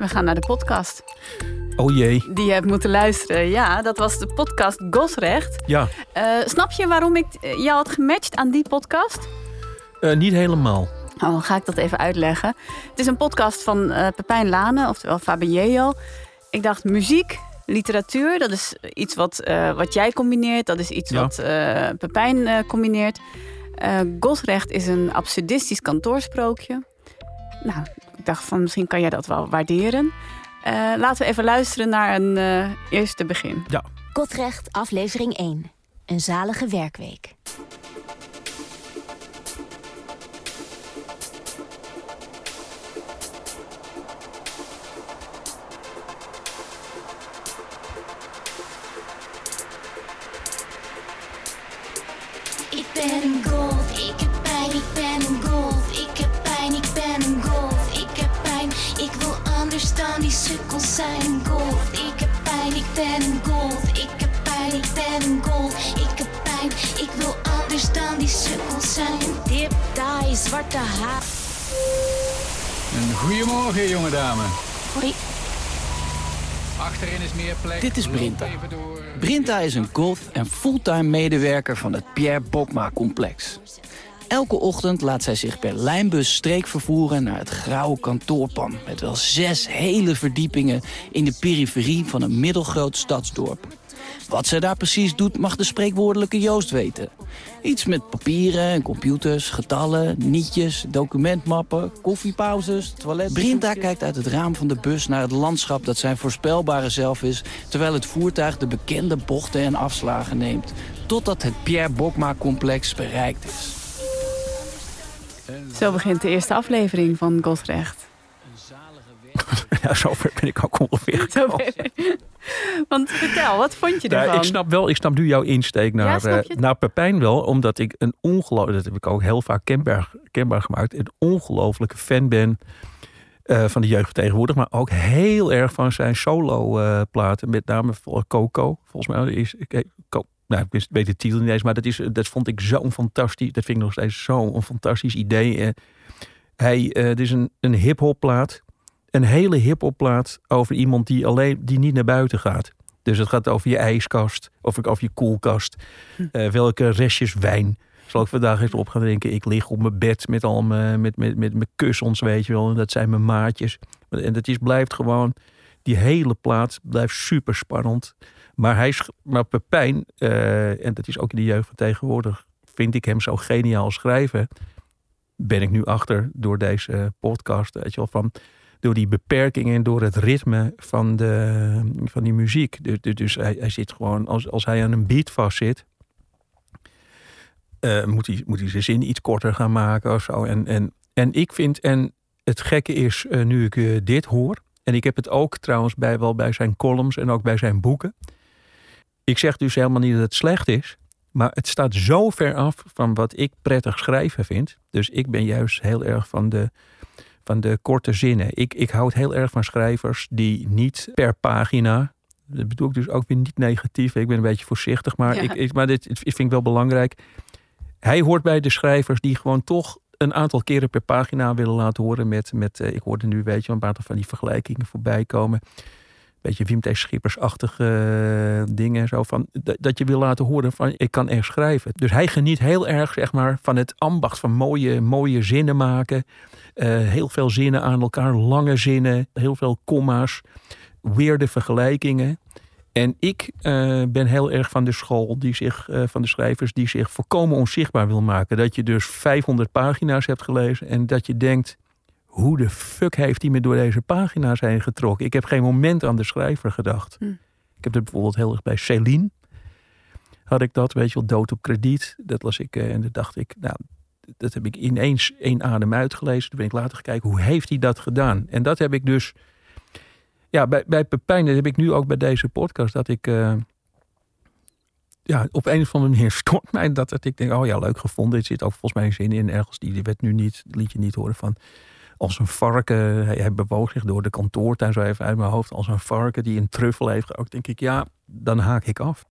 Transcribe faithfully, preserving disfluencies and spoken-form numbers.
We gaan naar de podcast. Oh jee. Die je hebt moeten luisteren. Ja, dat was de podcast Gosrecht. Ja. Uh, snap je waarom ik jou had gematcht aan die podcast? Uh, niet helemaal. Oh, dan ga ik dat even uitleggen. Het is een podcast van uh, Pepijn Lane, oftewel Fabio. Ik dacht muziek, literatuur, dat is iets wat, uh, wat jij combineert. Dat is iets ja. wat uh, Pepijn uh, combineert. Uh, Gosrecht is een absurdistisch kantoorsprookje. Nou, ik dacht van misschien kan jij dat wel waarderen. Uh, laten we even luisteren naar een uh, eerste begin. Ja. Gosrecht, aflevering één. Een zalige werkweek. Ik ben een golf, ik heb pijn, ik ben een golf. Ik heb pijn, ik ben een golf. Ik heb pijn, ik wil anders dan die sukkels zijn. Golf, ik heb pijn, ik ben een golf. Ik heb pijn, ik ben een golf. Ik heb pijn, ik wil anders dan die sukkels zijn. Dip, die, zwarte haar. Een goeiemorgen, jonge dame. Hoi. Achterin is meer plek. Dit is Brinta. Brinta is een golf- en fulltime medewerker van het Pierre Bokma-complex. Elke ochtend laat zij zich per lijnbus streek vervoeren naar het grauwe kantoorpan... met wel zes hele verdiepingen in de periferie van een middelgroot stadsdorp. Wat zij daar precies doet, mag de spreekwoordelijke Joost weten. Iets met papieren en computers, getallen, nietjes, documentmappen, koffiepauzes, toilet. Brinta kijkt uit het raam van de bus naar het landschap dat zijn voorspelbare zelf is... terwijl het voertuig de bekende bochten en afslagen neemt... totdat het Pierre Bokma-complex bereikt is. Zo begint de eerste aflevering van Gosrecht. Ja, zover ben ik ook ongeveer gekomen. Want vertel, wat vond je ervan? Ja, ik snap wel, ik snap nu jouw insteek naar, ja, uh, naar Pepijn wel. Omdat ik een ongelooflijk, dat heb ik ook heel vaak kenbaar, kenbaar gemaakt... een ongelooflijke fan ben uh, van de jeugd tegenwoordig. Maar ook heel erg van zijn solo uh, platen. Met name Coco. Volgens mij is... Ik, Co, nou, ik weet de titel niet eens, maar dat, is, dat vond ik zo'n fantastisch... Dat vind ik nog steeds zo'n fantastisch idee. Uh, hij, uh, het is een, een hip-hop plaat... Een hele hiphopplaat over iemand die alleen die niet naar buiten gaat. Dus het gaat over je ijskast, of over je koelkast. Uh, welke restjes wijn zal ik vandaag eens op gaan drinken? Ik lig op mijn bed met al mijn, met, met, met mijn kussens, weet je wel. En dat zijn mijn maatjes. En dat is, blijft gewoon, die hele plaat blijft super spannend. Maar, hij, maar Pepijn, uh, en dat is ook in de jeugd van tegenwoordig... vind ik hem zo geniaal schrijven. Ben ik nu achter door deze podcast, weet je wel, van... door die beperkingen en door het ritme van, de, van die muziek. Dus, dus hij, hij zit gewoon, als, als hij aan een beat vastzit... Uh, moet, hij, moet hij zijn zin iets korter gaan maken of zo. En, en, en ik vind, en het gekke is, uh, nu ik uh, dit hoor... en ik heb het ook trouwens bij, wel bij zijn columns en ook bij zijn boeken... ik zeg dus helemaal niet dat het slecht is... maar het staat zo ver af van wat ik prettig schrijven vind. Dus ik ben juist heel erg van de... van de korte zinnen. Ik, ik houd heel erg van schrijvers die niet per pagina... dat bedoel ik dus ook weer niet negatief. Ik ben een beetje voorzichtig, maar, ja. ik, ik, maar dit, dit vind ik wel belangrijk. Hij hoort bij de schrijvers die gewoon toch... een aantal keren per pagina willen laten horen... met, met uh, ik hoorde nu weet je, een aantal van die vergelijkingen voorbij komen... beetje Wim T. Schippers-achtige uh, dingen. Zo van, d- dat je wil laten horen van, ik kan erg schrijven. Dus hij geniet heel erg, zeg maar, van het ambacht van mooie, mooie zinnen maken. Uh, heel veel zinnen aan elkaar, lange zinnen, heel veel komma's, weirde vergelijkingen. En ik uh, ben heel erg van de school, die zich, uh, van de schrijvers die zich volkomen onzichtbaar wil maken. Dat je dus vijfhonderd pagina's hebt gelezen en dat je denkt... hoe de fuck heeft hij me door deze pagina's heen getrokken? Ik heb geen moment aan de schrijver gedacht. Hm. Ik heb het bijvoorbeeld heel erg bij Céline. Had ik dat, weet je wel, dood op krediet. Dat las ik uh, en dat dacht ik, nou, dat heb ik ineens één adem uitgelezen. Toen ben ik later gekeken, hoe heeft hij dat gedaan? En dat heb ik dus, ja, bij, bij Pepijn, dat heb ik nu ook bij deze podcast, dat ik, uh, ja, op een of andere manier stort mij dat, dat ik denk, oh ja, leuk gevonden. Er zit ook volgens mij een zin in ergens, die, die werd nu niet, liet je niet horen van... als een varken, hij, hij bewoog zich door de kantoortuin, zo even uit mijn hoofd, als een varken die een truffel heeft geoogd, denk ik, ja, dan haak ik af.